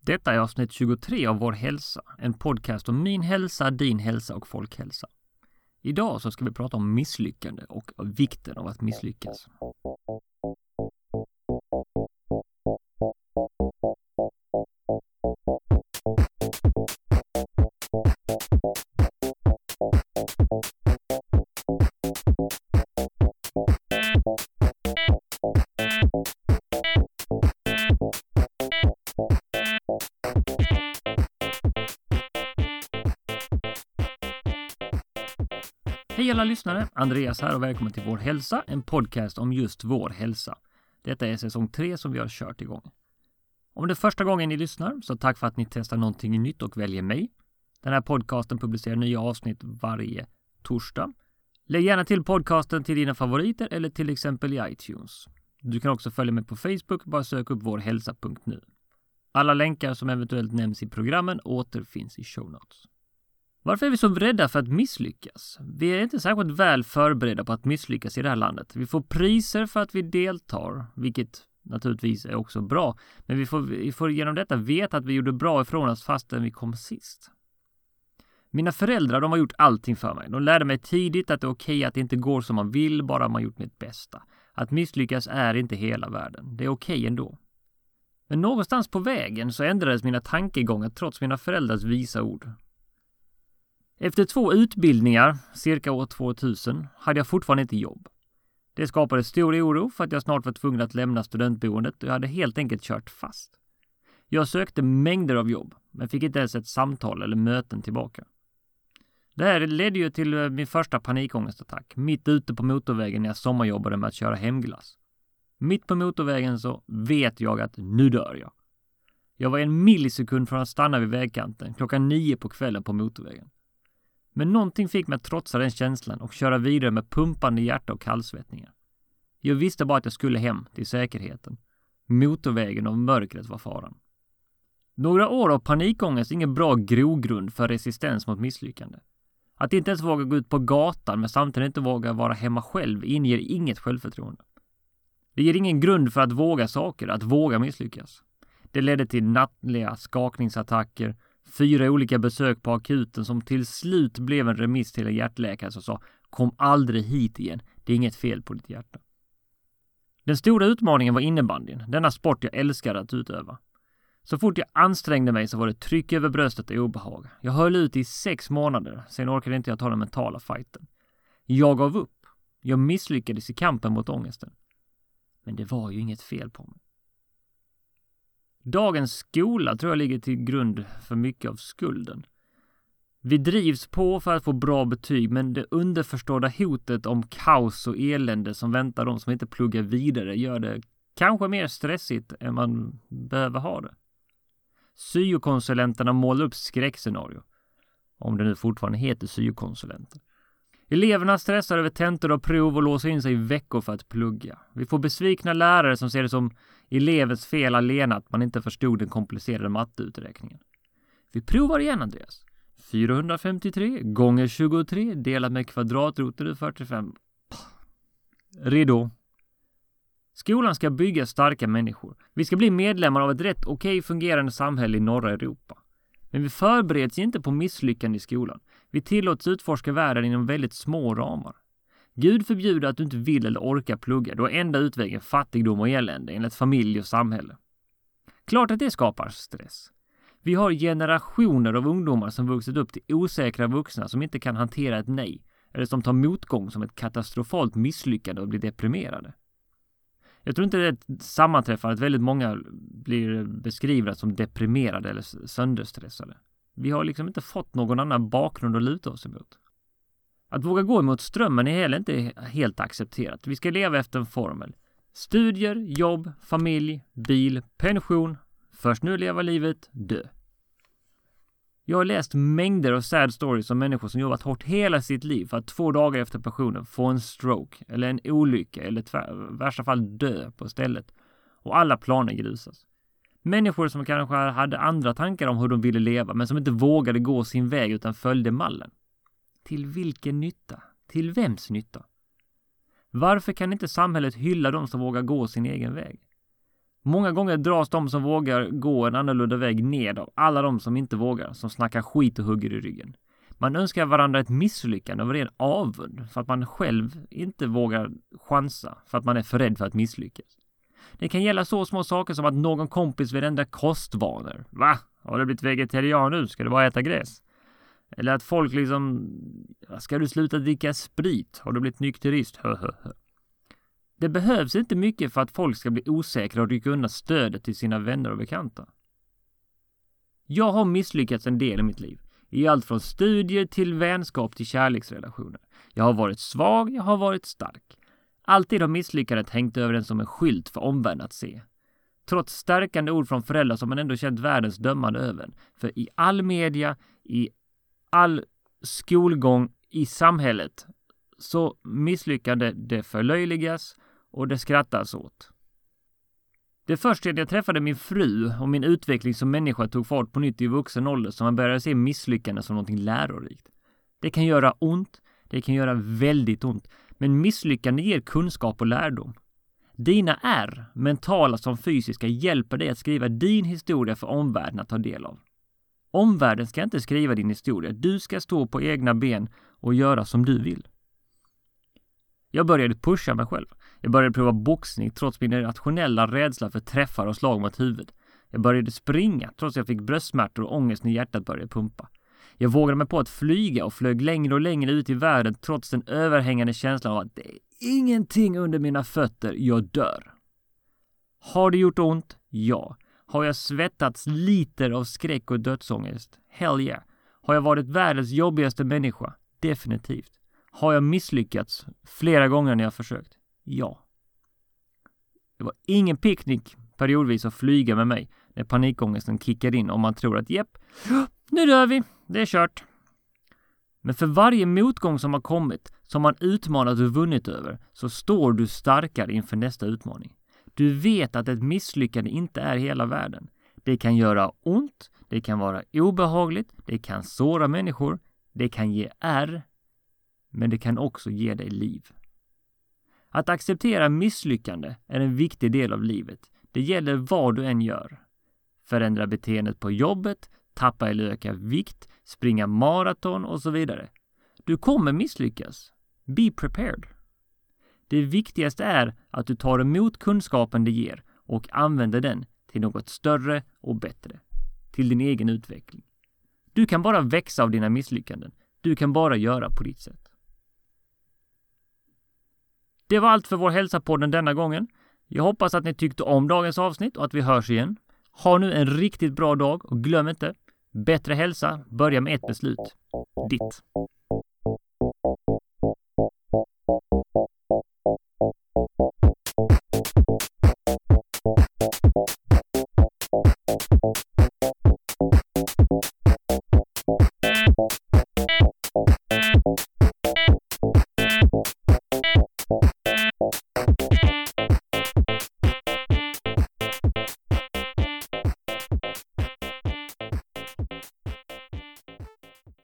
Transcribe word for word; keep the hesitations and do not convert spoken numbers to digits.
Detta är avsnitt tjugotre av Vår hälsa, en podcast om min hälsa, din hälsa och folkhälsa. Idag så ska vi prata om misslyckande och vikten av att misslyckas. Hej alla lyssnare, Andreas här och välkommen till Vår hälsa, en podcast om just vår hälsa. Detta är säsong tre som vi har kört igång. Om det är första gången ni lyssnar, så tack för att ni testar någonting nytt och väljer mig. Den här podcasten publicerar nya avsnitt varje torsdag. Lägg gärna till podcasten till dina favoriter eller till exempel i iTunes. Du kan också följa mig på Facebook, bara sök upp vårhälsa punkt nu. Alla länkar som eventuellt nämns i programmen återfinns i show notes. Varför är vi så rädda för att misslyckas? Vi är inte särskilt väl förberedda på att misslyckas i det här landet. Vi får priser för att vi deltar, vilket naturligtvis är också bra. Men vi får, vi får genom detta veta att vi gjorde bra ifrån oss fastän vi kom sist. Mina föräldrar, de har gjort allting för mig. De lärde mig tidigt att det är okej att det inte går som man vill, bara man gjort mitt bästa. Att misslyckas är inte hela världen. Det är okej ändå. Men någonstans på vägen så ändrades mina tankegångar trots mina föräldrars visa ord. Efter två utbildningar, cirka år tvåtusen, hade jag fortfarande inte jobb. Det skapade stor oro för att jag snart var tvungen att lämna studentboendet och jag hade helt enkelt kört fast. Jag sökte mängder av jobb, men fick inte ens ett samtal eller möten tillbaka. Det här ledde ju till min första panikångestattack, mitt ute på motorvägen när jag sommarjobbade med att köra hemglass. Mitt på motorvägen så vet jag att nu dör jag. Jag var en millisekund från att stanna vid vägkanten, klockan nio på kvällen på motorvägen. Men någonting fick mig att trotsa den känslan och köra vidare med pumpande hjärta och kallsvettningar. Jag visste bara att jag skulle hem till säkerheten. Motorvägen och mörkret var faran. Några år av panikångest är ingen bra grogrund för resistens mot misslyckande. Att inte ens våga gå ut på gatan men samtidigt inte våga vara hemma själv inger inget självförtroende. Det ger ingen grund för att våga saker, att våga misslyckas. Det ledde till nattliga skakningsattacker, fyra olika besök på akuten som till slut blev en remiss till en hjärtläkare som sa: kom aldrig hit igen, det är inget fel på ditt hjärta. Den stora utmaningen var innebandyn, denna sport jag älskade att utöva. Så fort jag ansträngde mig så var det tryck över bröstet och obehag. Jag höll ut i sex månader, sen orkade inte jag ta den mentala fighten. Jag gav upp, jag misslyckades i kampen mot ångesten. Men det var ju inget fel på mig. Dagens skola tror jag ligger till grund för mycket av skulden. Vi drivs på för att få bra betyg, men det underförstådda hotet om kaos och elände som väntar de som inte pluggar vidare gör det kanske mer stressigt än man behöver ha det. Syokonsulenterna målar upp skräckscenario, om det nu fortfarande heter syokonsulenter. Eleverna stressar över tentor och prov och låser in sig i veckor för att plugga. Vi får besvikna lärare som ser det som elevens fel alena att man inte förstod den komplicerade matteuträkningen. Vi provar igen, Andreas. fyrahundrafemtiotre gånger tjugotre delat med kvadratroten fyrtiofem. Redo. Skolan ska bygga starka människor. Vi ska bli medlemmar av ett rätt okej fungerande samhälle i norra Europa. Men vi förbereds inte på misslyckande i skolan. Vi tillåts utforska världen inom väldigt små ramar. Gud förbjuder att du inte vill eller orkar plugga. Då är enda utvägen fattigdom och elände enligt familj och samhälle. Klart att det skapar stress. Vi har generationer av ungdomar som vuxit upp till osäkra vuxna som inte kan hantera ett nej. Eller som tar motgång som ett katastrofalt misslyckande och blir deprimerade. Jag tror inte det är ett sammanträffande att väldigt många blir beskrivna som deprimerade eller sönderstressade. Vi har liksom inte fått någon annan bakgrund att luta oss emot. Att våga gå emot strömmen är heller inte helt accepterat. Vi ska leva efter en formel. Studier, jobb, familj, bil, pension. Först nu leva livet, dö. Jag har läst mängder av sad stories om människor som jobbat hårt hela sitt liv för att två dagar efter pensionen få en stroke eller en olycka eller tvär, i värsta fall dö på stället. Och alla planer grusas. Människor som kanske hade andra tankar om hur de ville leva men som inte vågade gå sin väg utan följde mallen. Till vilken nytta? Till vems nytta? Varför kan inte samhället hylla de som vågar gå sin egen väg? Många gånger dras de som vågar gå en annorlunda väg ned av alla de som inte vågar, som snackar skit och hugger i ryggen. Man önskar varandra ett misslyckande av ren avund för att man själv inte vågar chansa för att man är för rädd för att misslyckas. Det kan gälla så små saker som att någon kompis vill ändra kostvanor. Va? Har du blivit vegetarian nu? Ska du bara äta gräs? Eller att folk liksom, ska du sluta dricka sprit? Har du blivit nykterist? Hö, hö, hö. Det behövs inte mycket för att folk ska bli osäkra och rycka undan stödet till sina vänner och bekanta. Jag har misslyckats en del i mitt liv. I allt från studier till vänskap till kärleksrelationer. Jag har varit svag, jag har varit stark. Alltid har misslyckandet hängt över den som en skylt för omvärlden att se. Trots stärkande ord från föräldrar som man ändå känt världens dömande över. För i all media, i all skolgång, i samhället, så misslyckande det förlöjligas och det skrattas åt. Det först sedan jag träffade min fru och min utveckling som människa tog fart på nytt i vuxen ålder som man började se misslyckande som någonting lärorikt. Det kan göra ont, det kan göra väldigt ont, men misslyckande ger kunskap och lärdom. Dina är, mentala som fysiska, hjälper dig att skriva din historia för omvärlden att ta del av. Omvärlden ska inte skriva din historia, du ska stå på egna ben och göra som du vill. Jag började pusha mig själv. Jag började prova boxning trots min irrationella rädsla för träffar och slag mot huvudet. Jag började springa trots att jag fick bröstsmärtor och ångest när hjärtat började pumpa. Jag vågade mig på att flyga och flög längre och längre ut i världen trots den överhängande känslan av att det är ingenting under mina fötter, jag dör. Har det gjort ont? Ja. Har jag svettats liter av skräck och dödsångest? Hell yeah. Har jag varit världens jobbigaste människa? Definitivt. Har jag misslyckats flera gånger när jag försökt? Ja. Det var ingen picknick periodvis att flyga med mig när panikångesten kickar in och man tror att jepp, nu dör vi, det är kört. Men för varje motgång som har kommit, som man utmanat och vunnit över, så står du starkare inför nästa utmaning. Du vet att ett misslyckande inte är hela världen. Det kan göra ont, det kan vara obehagligt, det kan såra människor, det kan ge ärr, men det kan också ge dig liv. Att acceptera misslyckande är en viktig del av livet. Det gäller vad du än gör. Förändra beteendet på jobbet, tappa eller öka vikt, springa maraton och så vidare. Du kommer misslyckas. Be prepared. Det viktigaste är att du tar emot kunskapen det ger och använder den till något större och bättre. Till din egen utveckling. Du kan bara växa av dina misslyckanden. Du kan bara göra på ditt sätt. Det var allt för vår hälsapodden denna gången. Jag hoppas att ni tyckte om dagens avsnitt och att vi hörs igen. Ha nu en riktigt bra dag och glöm inte, bättre hälsa börjar med ett beslut. Ditt.